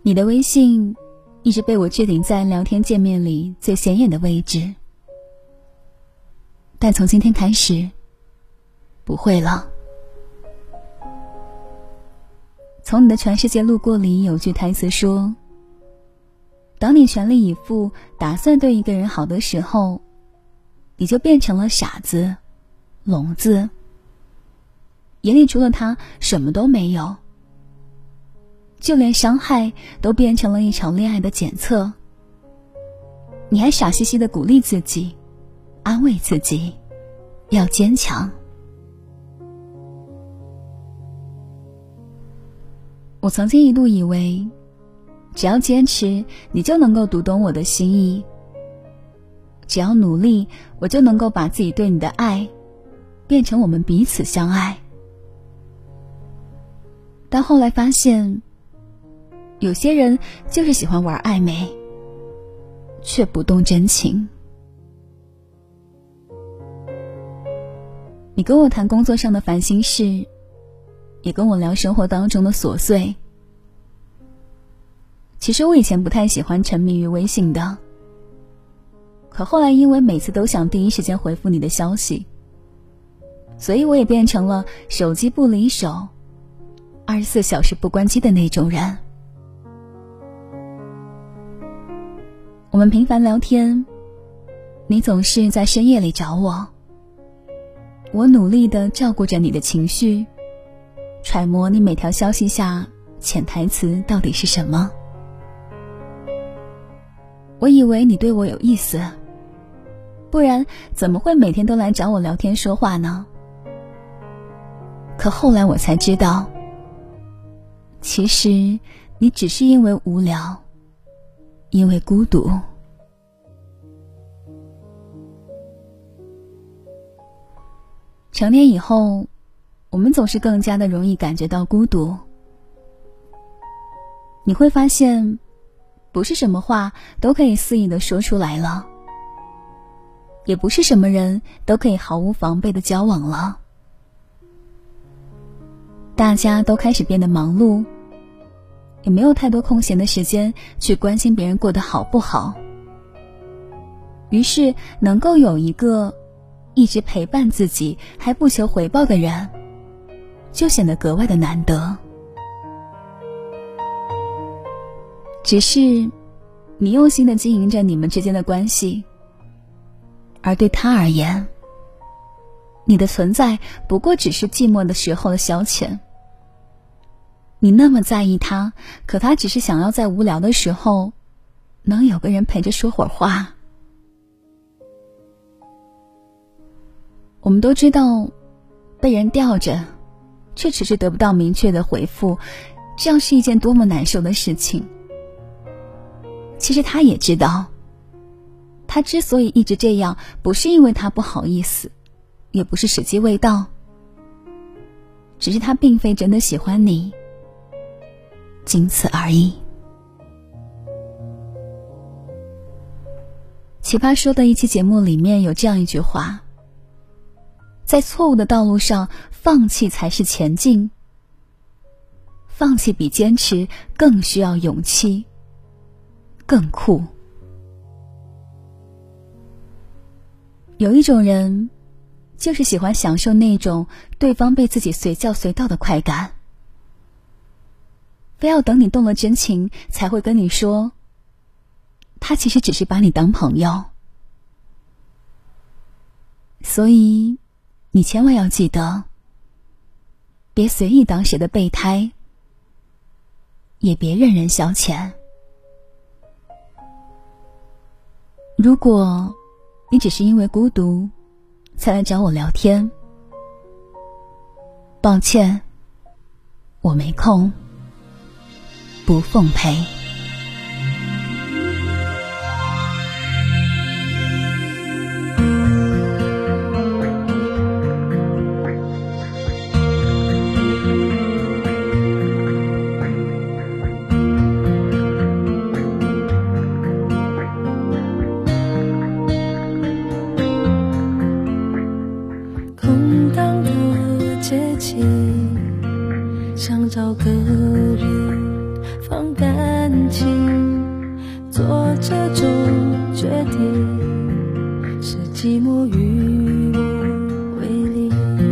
你的微信一直被我置顶在聊天界面里最显眼的位置，但从今天开始不会了。从你的全世界路过里有句台词说，当你全力以赴打算对一个人好的时候，你就变成了傻子、聋子，眼里除了他什么都没有，就连伤害都变成了一场恋爱的检测。你还傻兮兮地鼓励自己，安慰自己，要坚强。我曾经一度以为，只要坚持，你就能够读懂我的心意；只要努力，我就能够把自己对你的爱变成我们彼此相爱。但后来发现，有些人就是喜欢玩暧昧，却不动真情。你跟我谈工作上的烦心事，也跟我聊生活当中的琐碎。其实我以前不太喜欢沉迷于微信的，可后来因为每次都想第一时间回复你的消息，所以我也变成了手机不离手，24小时不关机的那种人。我们频繁聊天，你总是在深夜里找我，我努力地照顾着你的情绪，揣摩你每条消息下潜台词到底是什么。我以为你对我有意思，不然怎么会每天都来找我聊天说话呢？可后来我才知道，其实你只是因为无聊，因为孤独。成年以后，我们总是更加的容易感觉到孤独。你会发现，不是什么话都可以肆意的说出来了，也不是什么人都可以毫无防备的交往了。大家都开始变得忙碌，也没有太多空闲的时间去关心别人过得好不好。于是能够有一个一直陪伴自己还不求回报的人，就显得格外的难得。只是你用心地经营着你们之间的关系，而对他而言，你的存在不过只是寂寞的时候的消遣。你那么在意他，可他只是想要在无聊的时候能有个人陪着说会儿话。我们都知道，被人吊着却迟迟得不到明确的回复，这样是一件多么难受的事情。其实他也知道，他之所以一直这样，不是因为他不好意思，也不是时机未到，只是他并非真的喜欢你，仅此而已。奇葩说的一期节目里面有这样一句话，在错误的道路上，放弃才是前进，放弃比坚持更需要勇气，更酷。有一种人，就是喜欢享受那种对方被自己随叫随到的快感，非要等你动了真情才会跟你说，他其实只是把你当朋友。所以你千万要记得，别随意当谁的备胎，也别任人消遣。如果你只是因为孤独才来找我聊天，抱歉，我没空，不奉陪。 想找个人放感情，做这种决定，是寂寞与我为邻。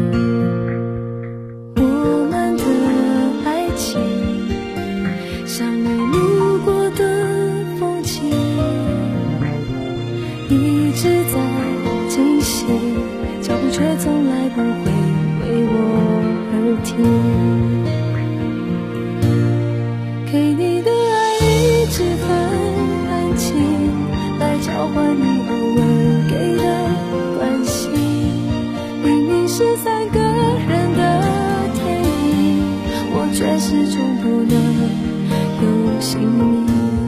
我们的爱情像你路过的风景，一直在进行，脚步却从来不会为我而停。给你的爱一直很安静，来交换你偶尔给的关心。明明是三个人的电影，我却始终不能有姓名。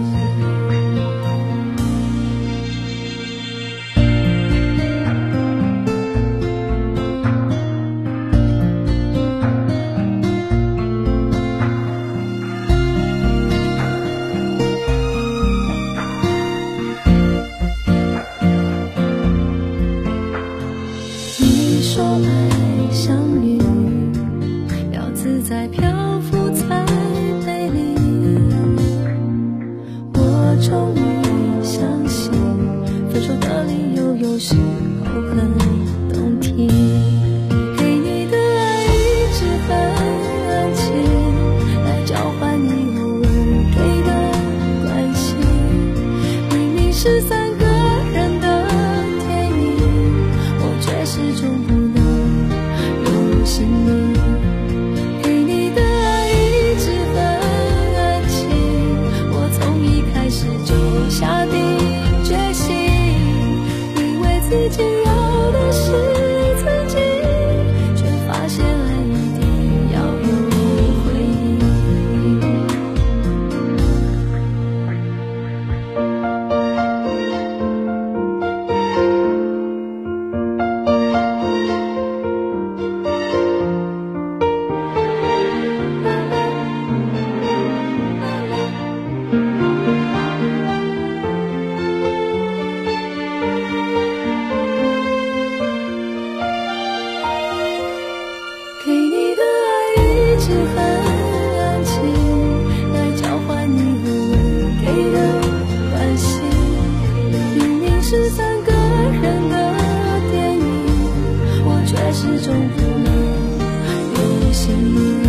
说爱相遇，要自在漂浮才美丽。我终于相信，分手的理由有时候很动听。给你的爱一直很安静，来交换你偶尔给的关心。明明是三个人的电影，我却始终不心里。给你的爱一直很安静，我从一开始就下定决心，以为自己要的是曾经，却发现爱一定要有回应。给你的爱一直很安静，来交换你偶尔给的关心。明明是三个人的电影，我却始终不能有姓名。